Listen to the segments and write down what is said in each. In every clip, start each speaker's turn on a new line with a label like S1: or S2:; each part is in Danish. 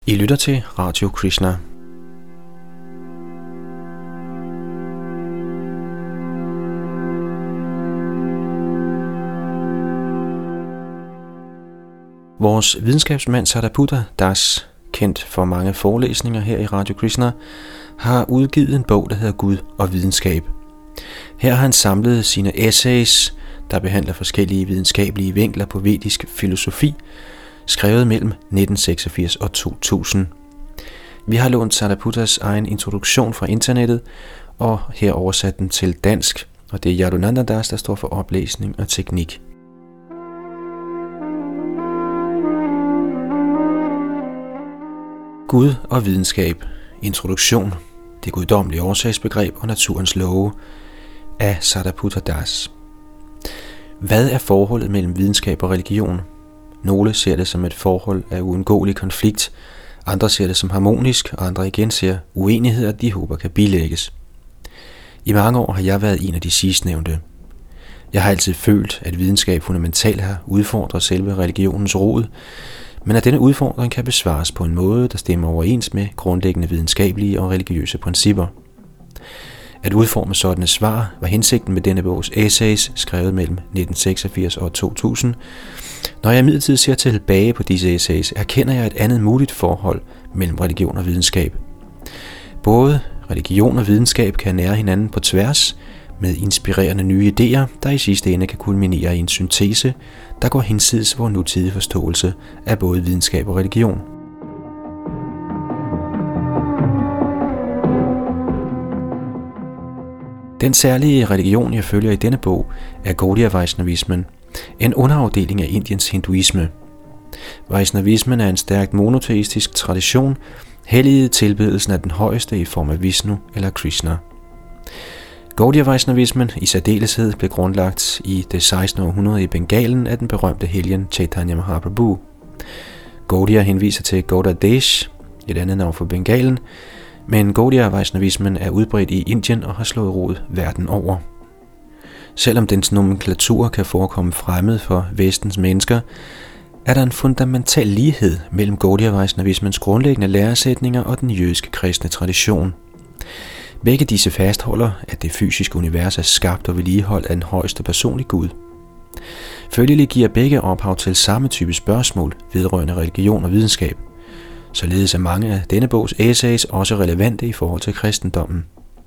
S1: I lytter til Radio Krishna. Vores videnskabsmand Sariputta Das, kendt for mange forelæsninger her i Radio Krishna, har udgivet en bog, der hedder Gud og videnskab. Her har han samlet sine essays, der behandler forskellige videnskabelige vinkler på vedisk filosofi, skrevet mellem 1986 og 2000. Vi har lånt Sariputtas egen introduktion fra internettet, og her oversat den til dansk, og det er Yadunanda Das, der står for oplæsning og teknik. Gud og videnskab. Introduktion. Det guddommelige årsagsbegreb og naturens love af Sariputta Das. Hvad er forholdet mellem videnskab og religion? Nogle ser det som et forhold af uundgåelig konflikt, andre ser det som harmonisk, og andre igen ser uenigheder, de håber kan bilægges. I mange år har jeg været en af de sidstnævnte. Jeg har altid følt, at videnskab fundamentalt har udfordret selve religionens rod, men at denne udfordring kan besvares på en måde, der stemmer overens med grundlæggende videnskabelige og religiøse principper. At udforme sådanne svar var hensigten med denne bogs essays, skrevet mellem 1986 og 2000. Når jeg imidlertid ser tilbage på disse essays, erkender jeg et andet muligt forhold mellem religion og videnskab. Både religion og videnskab kan nære hinanden på tværs, med inspirerende nye idéer, der i sidste ende kan kulminere i en syntese, der går hinsides vor nutidige forståelse af både videnskab og religion. Den særlige religion, jeg følger i denne bog, er Gaudiya Vaishnavismen, en underafdeling af Indiens hinduisme. Vaishnavismen er en stærkt monoteistisk tradition, helliget tilbedelsen af den højeste i form af Vishnu eller Krishna. Gaudiya Vaishnavismen i særdeleshed blev grundlagt i det 16. århundrede i Bengalen af den berømte helgen Chaitanya Mahaprabhu. Gaudiya henviser til Gauda Desh, et andet navn for Bengalen, men Gaudiya Vaishnavismen er udbredt i Indien og har slået rod verden over. Selvom dens nomenklatur kan forekomme fremmed for vestens mennesker, er der en fundamental lighed mellem Gaudiya Vaishnavismens grundlæggende læresætninger og den jødiske kristne tradition. Begge disse fastholder, at det fysiske univers er skabt og vedligeholdt af den højeste personlige Gud. Følgelig giver begge ophav til samme type spørgsmål vedrørende religion og videnskab. Således er mange af denne bogs essays også relevante i forhold til kristendommen.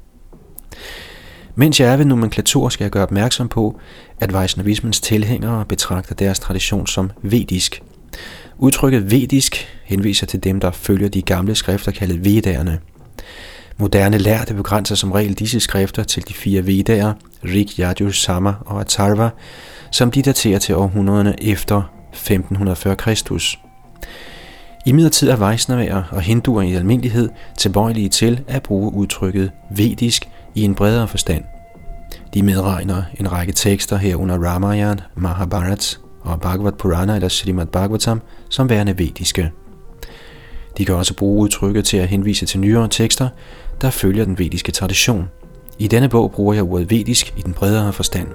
S1: Mens jeg er ved nomenklatur, skal jeg gøre opmærksom på, at Vaishnavismens tilhængere betragter deres tradition som vedisk. Udtrykket vedisk henviser til dem, der følger de gamle skrifter kaldet Vedaerne. Moderne lærde begrænser som regel disse skrifter til de 4 Vedaer, Rig, Yajur, Sama og Atharva, som de daterer til århundrederne efter 1540 Kristus. Imidlertid er Vaishnavaer og hinduer i almindelighed tilbøjelige til at bruge udtrykket vedisk i en bredere forstand. De medregner en række tekster herunder Ramayana, Mahabharat og Bhagavad Purana eller Srimad Bhagavatam som værende vediske. De kan også bruge udtrykket til at henvise til nyere tekster, der følger den vediske tradition. I denne bog bruger jeg ordet vedisk i den bredere forstand.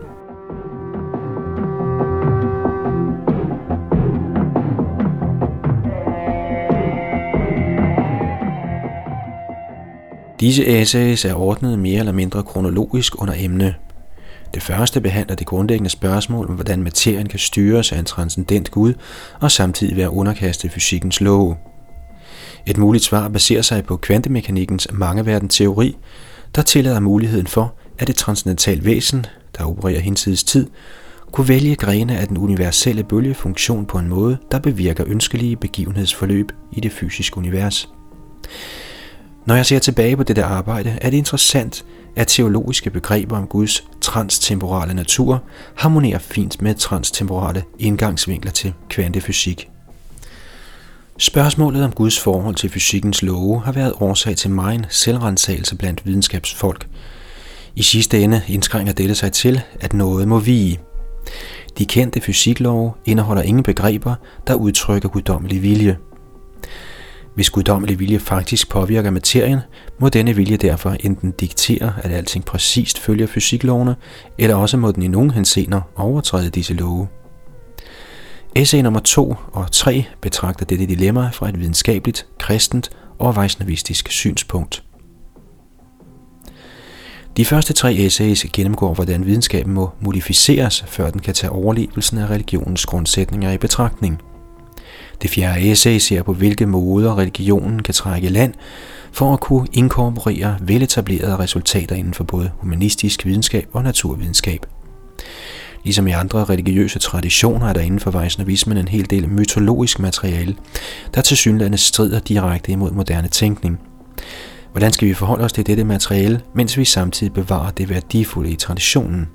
S1: Disse essays er ordnet mere eller mindre kronologisk under emne. Det første behandler det grundlæggende spørgsmål om, hvordan materien kan styres af en transcendent Gud og samtidig være underkastet fysikkens love. Et muligt svar baserer sig på kvantemekanikkens mangeverdensteori, der tillader muligheden for, at et transcendentalt væsen, der opererer hinsides tid, kunne vælge grene af den universelle bølgefunktion på en måde, der bevirker ønskelige begivenhedsforløb i det fysiske univers. Når jeg ser tilbage på dette arbejde, er det interessant, at teologiske begreber om Guds transtemporale natur harmonerer fint med transtemporale indgangsvinkler til kvantefysik. Spørgsmålet om Guds forhold til fysikkens love har været årsag til megen selvrensagelse blandt videnskabsfolk. I sidste ende indskrænker dette sig til, at noget må vige. De kendte fysiklove indeholder ingen begreber, der udtrykker guddommelig vilje. Hvis guddommelig vilje faktisk påvirker materien, må denne vilje derfor enten diktere, at alting præcist følger fysiklovene, eller også må den i nogle henseender overtræde disse love. Essay nummer 2 og 3 betragter dette dilemma fra et videnskabeligt, kristent og vaisnavistisk synspunkt. De første 3 essays gennemgår, hvordan videnskaben må modificeres, før den kan tage overlevelsen af religionens grundsætninger i betragtning. Det 4. essay ser på, hvilke måder religionen kan trække i land for at kunne inkorporere veletablerede resultater inden for både humanistisk videnskab og naturvidenskab. Ligesom i andre religiøse traditioner er der inden for vaisnavismen en hel del mytologisk materiale, der tilsyneladende strider direkte imod moderne tænkning. Hvordan skal vi forholde os til dette materiale, mens vi samtidig bevarer det værdifulde i traditionen?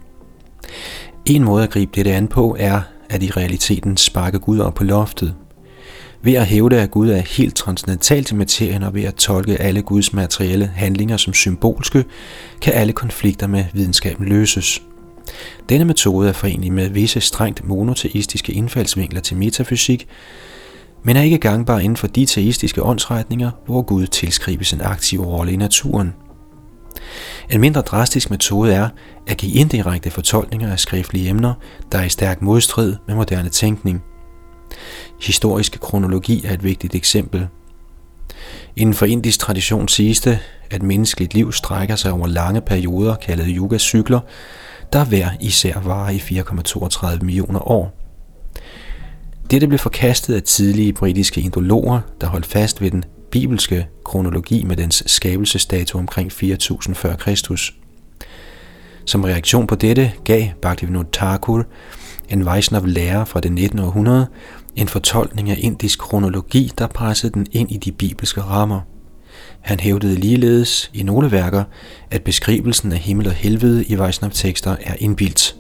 S1: En måde at gribe dette an på er, at i realiteten sparke Gud op på loftet. Ved at hævde, at Gud er helt transcendental til materien og ved at tolke alle Guds materielle handlinger som symbolske, kan alle konflikter med videnskaben løses. Denne metode er forenelig med visse strengt monoteistiske indfaldsvinkler til metafysik, men er ikke gangbar inden for de teistiske åndsretninger, hvor Gud tilskrives en aktiv rolle i naturen. En mindre drastisk metode er at give indirekte fortolkninger af skriftlige emner, der er i stærk modstrid med moderne tænkning. Historisk kronologi er et vigtigt eksempel. Inden for indisk tradition siges det, at menneskeligt liv strækker sig over lange perioder, kaldet yuga-cykler, der hver især varer i 4,32 millioner år. Dette blev forkastet af tidlige britiske indologer, der holdt fast ved den bibelske kronologi med dens skabelsesdato omkring 4000 før Kristus. Som reaktion på dette gav Bhaktivinoda Thakur, en Vaishnav-lærer fra det 19. århundrede, en fortolkning af indisk kronologi, der pressede den ind i de bibelske rammer. Han hævdede ligeledes i nogle værker, at beskrivelsen af himmel og helvede i Vaishnav-tekster er indbildt.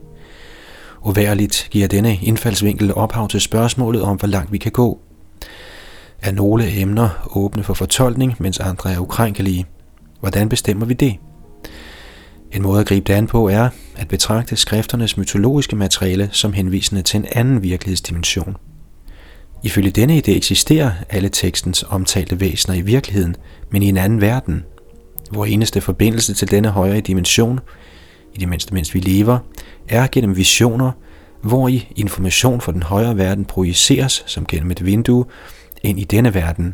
S1: Uværligt giver denne indfaldsvinkel ophav til spørgsmålet om, hvor langt vi kan gå. Er nogle emner åbne for fortolkning, mens andre er ukrænkelige? Hvordan bestemmer vi det? En måde at gribe det an på er at betragte skrifternes mytologiske materiale som henvisende til en anden virkelighedsdimension. Ifølge denne idé eksisterer alle tekstens omtalte væsener i virkeligheden, men i en anden verden, hvor eneste forbindelse til denne højere dimension, i det mindste mens vi lever, er gennem visioner, hvor i information fra den højere verden projiceres som gennem et vindue ind i denne verden.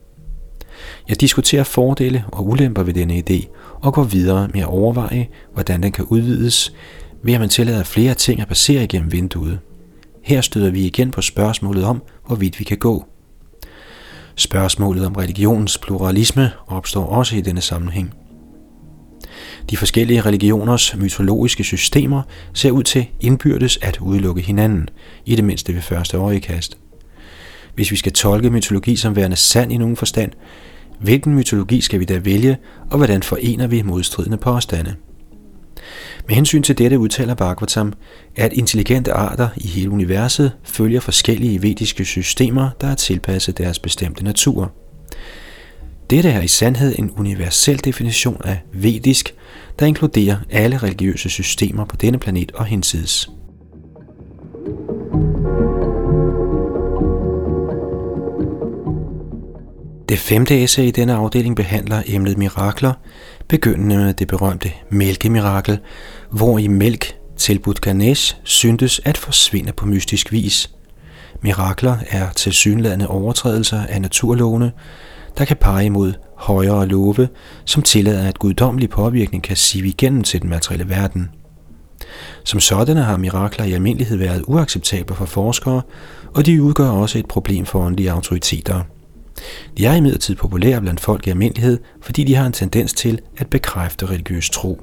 S1: Jeg diskuterer fordele og ulemper ved denne idé og går videre med at overveje, hvordan den kan udvides, ved at man tillader flere ting at passere igennem vinduet. Her støder vi igen på spørgsmålet om, hvorvidt vi kan gå. Spørgsmålet om religionens pluralisme opstår også i denne sammenhæng. De forskellige religioners mytologiske systemer ser ud til indbyrdes at udelukke hinanden, i det mindste ved første øjekast. Hvis vi skal tolke mytologi som værende sand i nogen forstand, hvilken mytologi skal vi da vælge, og hvordan forener vi modstridende påstande? Med hensyn til dette udtaler Bhagavatam, at intelligente arter i hele universet følger forskellige vediske systemer, der er tilpasset deres bestemte natur. Dette er i sandhed en universel definition af vedisk, der inkluderer alle religiøse systemer på denne planet og hinsides. Det 5. essay i denne afdeling behandler emnet mirakler, begyndende med det berømte mælkemirakel, hvor i mælk tilbudt Ganesh syntes at forsvinde på mystisk vis. Mirakler er tilsyneladende overtrædelser af naturlovene, der kan pege imod højere love, som tillader at guddommelig påvirkning kan sive igennem til den materielle verden. Som sådanne har mirakler i almindelighed været uacceptable for forskere, og de udgør også et problem for åndelige autoriteter. De er imidlertid populære blandt folk i almindelighed, fordi de har en tendens til at bekræfte religiøs tro.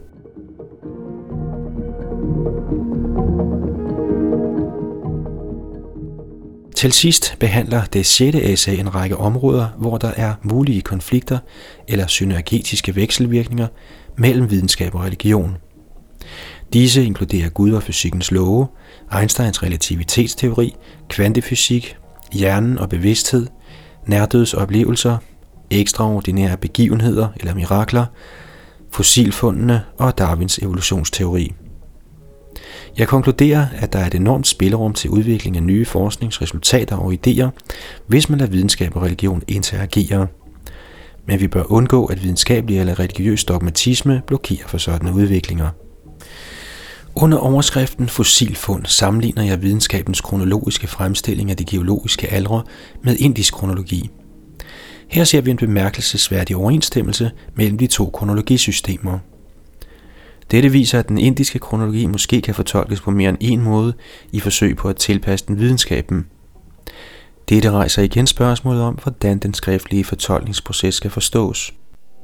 S1: Til sidst behandler det 6. essay en række områder, hvor der er mulige konflikter eller synergetiske vekselvirkninger mellem videnskab og religion. Disse inkluderer Gud og fysikkens love, Einsteins relativitetsteori, kvantefysik, hjernen og bevidsthed, nærdødsoplevelser, ekstraordinære begivenheder eller mirakler, fossilfundene og Darwins evolutionsteori. Jeg konkluderer, at der er et enormt spillerum til udvikling af nye forskningsresultater og idéer, hvis man lader videnskab og religion interagere. Men vi bør undgå, at videnskabelig eller religiøs dogmatisme blokerer for sådanne udviklinger. Under overskriften Fossilfund sammenligner jeg videnskabens kronologiske fremstilling af de geologiske aldre med indisk kronologi. Her ser vi en bemærkelsesværdig overensstemmelse mellem de to kronologisystemer. Dette viser, at den indiske kronologi måske kan fortolkes på mere end en måde i forsøg på at tilpasse den videnskaben. Dette rejser igen spørgsmålet om, hvordan den skriftlige fortolkningsproces skal forstås.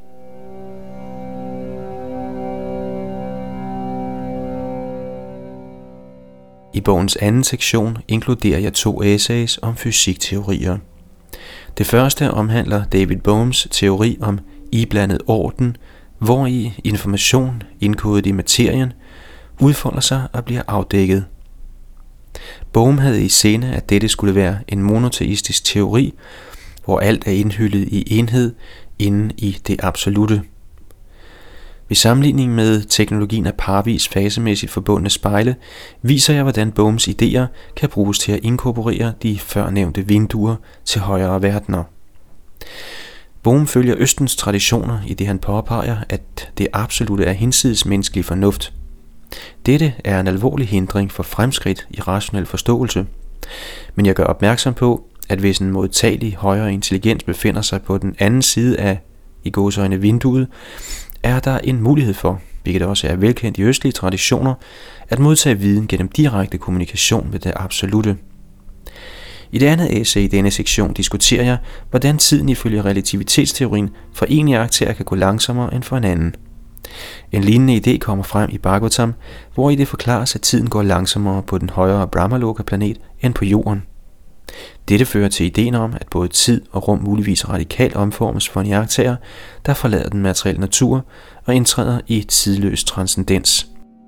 S1: I bogens anden sektion inkluderer jeg 2 essays om fysikteorier. Det første omhandler David Bohms teori om iblandet orden, hvori information indkodet i materien udfolder sig og bliver afdækket. Bohm havde i sinde, at dette skulle være en monoteistisk teori, hvor alt er indhyllet i enhed inde i det absolutte. Ved sammenligning med teknologien af parvis fasemæssigt forbundne spejle, viser jeg, hvordan Bohms idéer kan bruges til at inkorporere de førnævnte vinduer til højere verdener. Bohm følger Østens traditioner, i det han påpeger, at det absolutte er hinsides menneskelig fornuft. Dette er en alvorlig hindring for fremskridt i rationel forståelse, men jeg gør opmærksom på, at hvis en modtagelig højere intelligens befinder sig på den anden side af i gåseøjne vinduet, er der en mulighed for, hvilket også er velkendt i østlige traditioner, at modtage viden gennem direkte kommunikation med det absolutte. I det andet essay i denne sektion diskuterer jeg, hvordan tiden ifølge relativitetsteorien for en iagttager kan gå langsommere end for en anden. En lignende idé kommer frem i Bhagavatam, hvor i det forklares, at tiden går langsommere på den højere Brahmaloka-planet end på jorden. Dette fører til ideen om, at både tid og rum muligvis radikalt omformes for en iagttager, der forlader den materielle natur og indtræder i tidløs transcendens.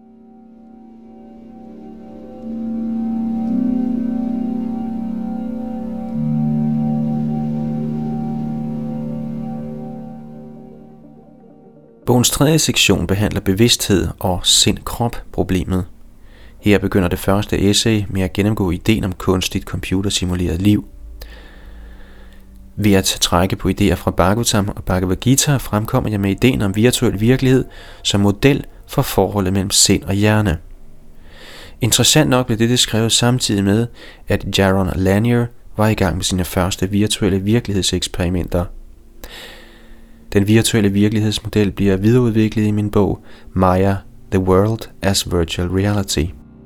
S1: Bogens tredje sektion behandler bevidsthed og sind-krop-problemet. Her begynder det første essay med at gennemgå ideen om kunstigt computersimuleret liv. Ved at trække på idéer fra Bhagavatam og Bhagavad Gita fremkommer jeg med ideen om virtuel virkelighed som model for forholdet mellem sind og hjerne. Interessant nok blev dette skrevet samtidig med, at Jaron Lanier var i gang med sine første virtuelle virkelighedseksperimenter. Den virtuelle virkelighedsmodel bliver videreudviklet i min bog Maya, The World as Virtual Reality.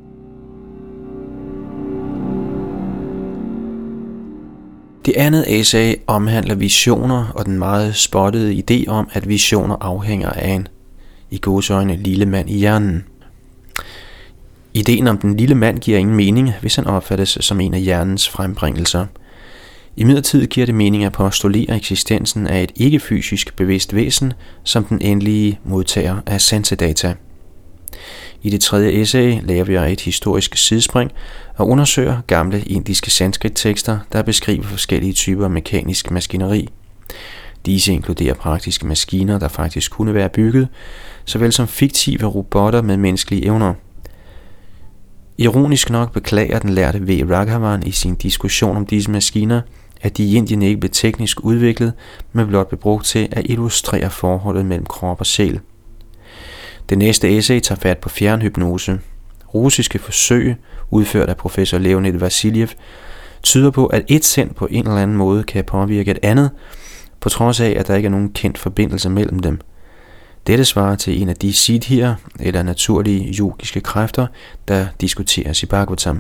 S1: Det andet essay omhandler visioner og den meget spottede idé om, at visioner afhænger af en, i gåseøjne, lille mand i hjernen. Ideen om den lille mand giver ingen mening, hvis han opfattes som en af hjernens frembringelser. Imidlertid giver det mening at postulere eksistensen af et ikke-fysisk bevidst væsen som den endelige modtager af sansedata. I det tredje essay laver vi et historisk sidespring og undersøger gamle indiske sanskrit-tekster, der beskriver forskellige typer mekanisk maskineri. Disse inkluderer praktiske maskiner, der faktisk kunne være bygget, såvel som fiktive robotter med menneskelige evner. Ironisk nok beklager den lærte V. Raghavan i sin diskussion om disse maskiner, at de i Indien ikke blev teknisk udviklet, men blot blev brugt til at illustrere forholdet mellem krop og sjæl. Det næste essay tager fat på fjernhypnose. Russiske forsøg, udført af professor Leonid Vasiljev, tyder på, at et sind på en eller anden måde kan påvirke et andet, på trods af, at der ikke er nogen kendt forbindelse mellem dem. Dette svarer til en af de siddhier, eller naturlige yogiske kræfter, der diskuteres i Bhagavatam.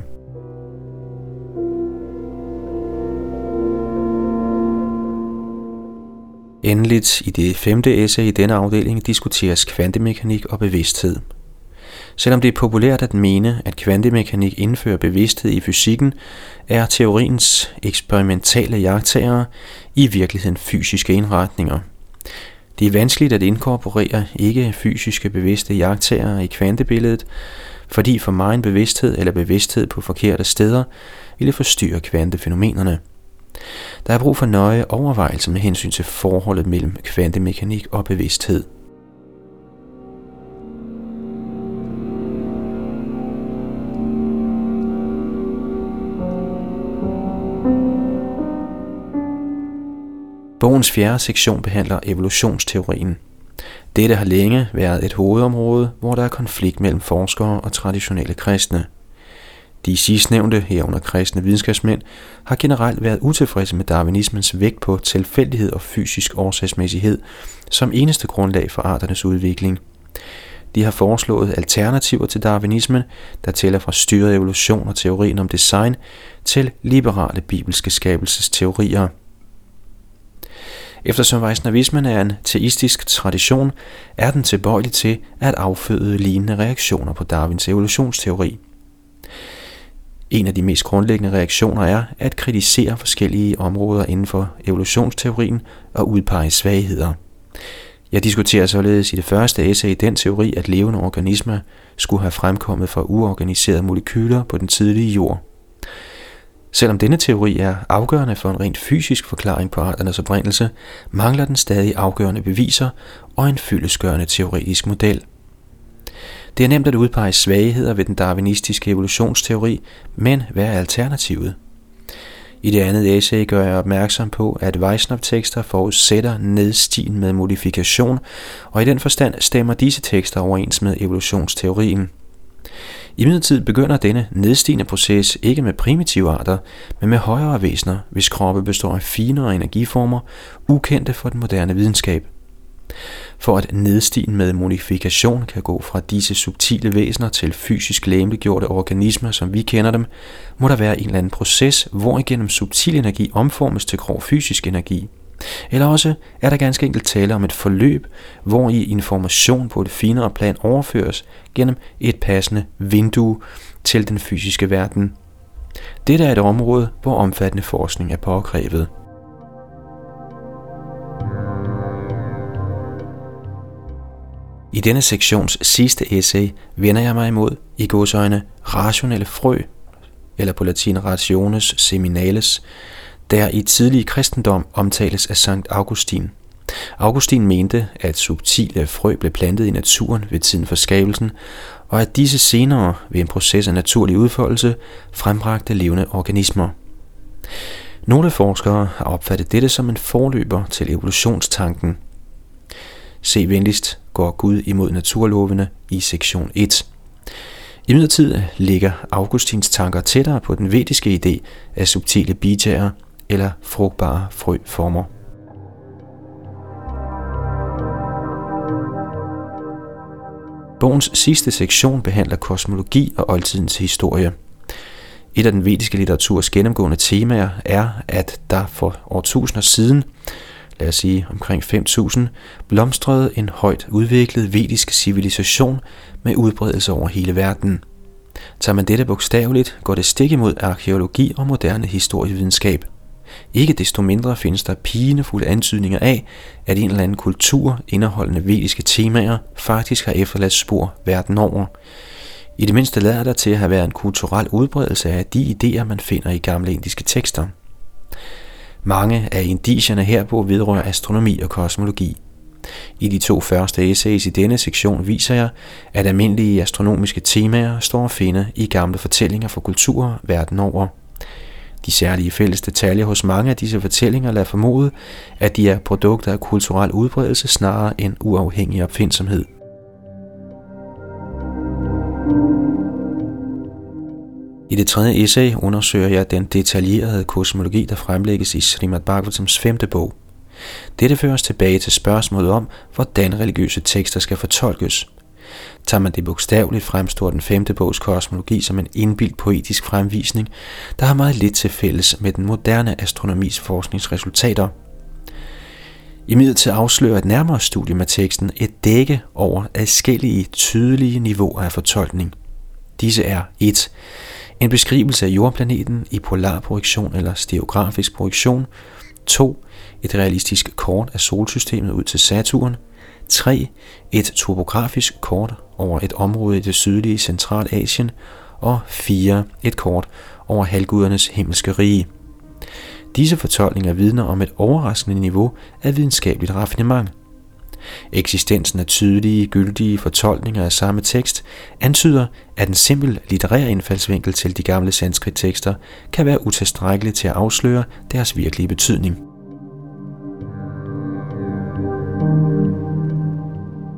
S1: Endeligt i det femte essay i denne afdeling diskuteres kvantemekanik og bevidsthed. Selvom det er populært at mene, at kvantemekanik indfører bevidsthed i fysikken, er teoriens eksperimentale iagttagere i virkeligheden fysiske indretninger. Det er vanskeligt at inkorporere ikke-fysiske bevidste iagttagere i kvantebilledet, fordi for mig en bevidsthed eller bevidsthed på forkerte steder ville forstyrre kvantefænomenerne. Der er brug for nøje overvejelser med hensyn til forholdet mellem kvantemekanik og bevidsthed. Bogens fjerde sektion behandler evolutionsteorien. Dette har længe været et hovedområde, hvor der er konflikt mellem forskere og traditionelle kristne. De sidstnævnte, herunder kristne videnskabsmænd, har generelt været utilfredse med darwinismens vægt på tilfældighed og fysisk årsagsmæssighed som eneste grundlag for arternes udvikling. De har foreslået alternativer til darwinismen, der tæller fra styret evolution og teorien om design til liberale bibelske skabelsesteorier. Eftersom Vaishnavismen er en teistisk tradition, er den tilbøjelig til at afføde lignende reaktioner på Darwins evolutionsteori. En af de mest grundlæggende reaktioner er at kritisere forskellige områder inden for evolutionsteorien og udpege svagheder. Jeg diskuterer således i det første essay i den teori, at levende organismer skulle have fremkommet fra uorganiserede molekyler på den tidlige jord. Selvom denne teori er afgørende for en rent fysisk forklaring på arternes oprindelse, mangler den stadig afgørende beviser og en fyldestgørende teoretisk model. Det er nemt at udpege svagheder ved den darwinistiske evolutionsteori, men hvad er alternativet? I det andet essay gør jeg opmærksom på, at Vaishnav-tekster forudsætter nedstigen med modifikation, og i den forstand stemmer disse tekster overens med evolutionsteorien. Imidlertid begynder denne nedstigende proces ikke med primitive arter, men med højere væsener, hvis kroppe består af finere energiformer, ukendte for den moderne videnskab. For at nedstigen med modifikation kan gå fra disse subtile væsener til fysisk legemliggjorte organismer, som vi kender dem, må der være en eller anden proces, hvorigennem subtil energi omformes til grov fysisk energi. Eller også er der ganske enkelt tale om et forløb, hvor i information på et finere plan overføres gennem et passende vindue til den fysiske verden. Dette er et område, hvor omfattende forskning er påkrævet. I denne sektions sidste essay vender jeg mig imod, i gåseøjne, rationelle frø, eller på latin rationes seminales, der i tidlig kristendom omtales af Sankt Augustin. Augustin mente, at subtile frø blev plantet i naturen ved tiden for skabelsen, og at disse senere ved en proces af naturlig udfoldelse frembragte levende organismer. Nogle forskere har opfattet dette som en forløber til evolutionstanken. Se venligst går Gud imod naturlovene i sektion 1. Imidlertid ligger Augustins tanker tættere på den vediske idé af subtile bijaer eller frugtbare frøformer. Bogens sidste sektion behandler kosmologi og oldtidens historie. Et af den vediske litteraturs gennemgående temaer er, at der for årtusinder siden, lad os sige omkring 5000, blomstrede en højt udviklet vedisk civilisation med udbredelse over hele verden. Tager man dette bogstaveligt, går det stik imod arkæologi og moderne historievidenskab. Ikke desto mindre findes der pinefulde antydninger af, at en eller anden kultur indeholdende vediske temaer faktisk har efterladt spor verden over. I det mindste lader der til at have været en kulturel udbredelse af de idéer, man finder i gamle indiske tekster. Mange af indicierne herpå vedrører astronomi og kosmologi. I de 2 første essays i denne sektion viser jeg, at almindelige astronomiske temaer står at finde i gamle fortællinger fra kulturer verden over. De særlige fælles detaljer hos mange af disse fortællinger lader formode, at de er produkter af kulturel udbredelse snarere end uafhængig opfindsomhed. I det 3. essay undersøger jeg den detaljerede kosmologi, der fremlægges i Srimad Bhagavatams 5. bog. Dette fører os tilbage til spørgsmålet om, hvordan religiøse tekster skal fortolkes. Tager man det bogstaveligt, fremstår den 5. bogs kosmologi som en indbildt poetisk fremvisning, der har meget lidt til fælles med den moderne astronomis forskningsresultater. Imidlertid afslører et nærmere studium af teksten et dække over adskillige tydelige niveauer af fortolkning. Disse er 1. En beskrivelse af jordplaneten i polarprojektion eller stereografisk projektion. 2. Et realistisk kort af solsystemet ud til Saturn. 3. Et topografisk kort over et område i det sydlige Centralasien. Og 4. Et kort over halvgudernes himmelske rige. Disse fortolkninger vidner om et overraskende niveau af videnskabeligt raffinement. Eksistensen af tydelige, gyldige fortolkninger af samme tekst antyder, at en simpel litterær indfaldsvinkel til de gamle sanskrit-tekster kan være utilstrækkelig til at afsløre deres virkelige betydning.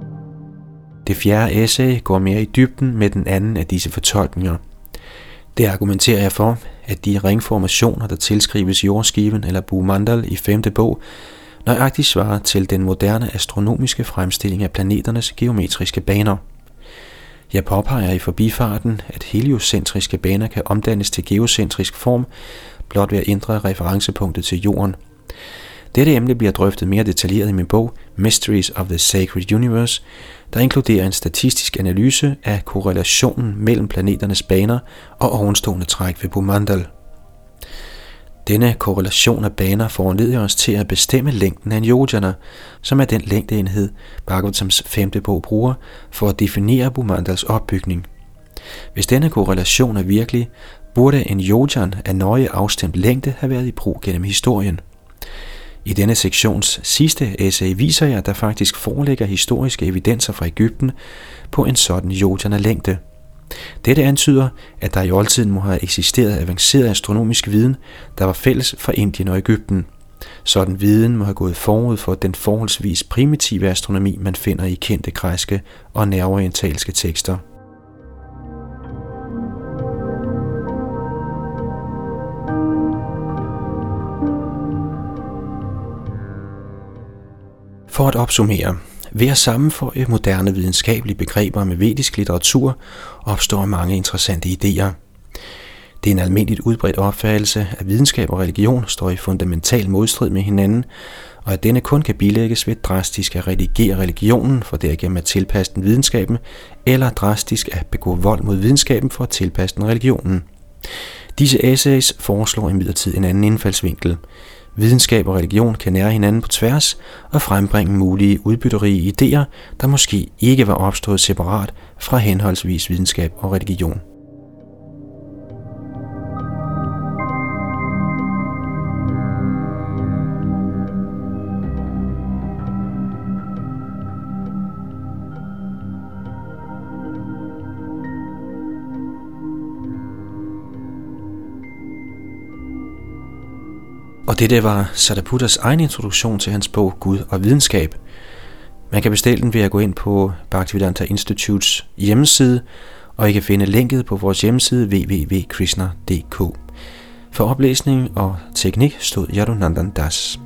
S1: Det fjerde essay går mere i dybden med den anden af disse fortolkninger. Det argumenterer jeg for, at de ringformationer, der tilskrives jordskiven eller Bhumandal i 5. bog, nøjagtigt svarer til den moderne astronomiske fremstilling af planeternes geometriske baner. Jeg påpeger i forbifarten, at heliocentriske baner kan omdannes til geocentrisk form, blot ved at ændre referencepunktet til jorden. Dette emne bliver drøftet mere detaljeret i min bog Mysteries of the Sacred Universe, der inkluderer en statistisk analyse af korrelationen mellem planeternes baner og ovenstående træk ved Bhumandal. Denne korrelation af baner foranleder os til at bestemme længden af en yojana, som er den længdeenhed, Bhagavatams 5. bog bruger for at definere Bhumandals opbygning. Hvis denne korrelation er virkelig, burde en yojan af nøje afstemt længde have været i brug gennem historien. I denne sektions sidste essay viser jeg, at der faktisk foreligger historiske evidenser fra Egypten på en sådan yojana-længde. Dette antyder, at der i oldtiden må have eksisteret avanceret astronomisk viden, der var fælles for Indien og Egypten. Sådan viden må have gået forud for den forholdsvis primitive astronomi, man finder i kendte græske og nærorientalske tekster. For at opsummere, ved at sammenføje moderne videnskabelige begreber med vedisk litteratur, opstår mange interessante idéer. Det er en almindeligt udbredt opfattelse, at videnskab og religion står i fundamental modstrid med hinanden, og at denne kun kan bilægges ved drastisk at redigere religionen for derigennem at tilpasse den videnskaben, eller drastisk at begå vold mod videnskaben for at tilpasse den religionen. Disse essays foreslår imidlertid en anden indfaldsvinkel. Videnskab og religion kan nære hinanden på tværs og frembringe mulige udbytterige idéer, der måske ikke var opstået separat fra henholdsvis videnskab og religion. Og dette var Sariputtas egen introduktion til hans bog Gud og videnskab. Man kan bestille den ved at gå ind på Bhaktivedanta Institutes hjemmeside, og I kan finde linket på vores hjemmeside www.krishna.dk. For oplæsning og teknik stod Yadunandan Das.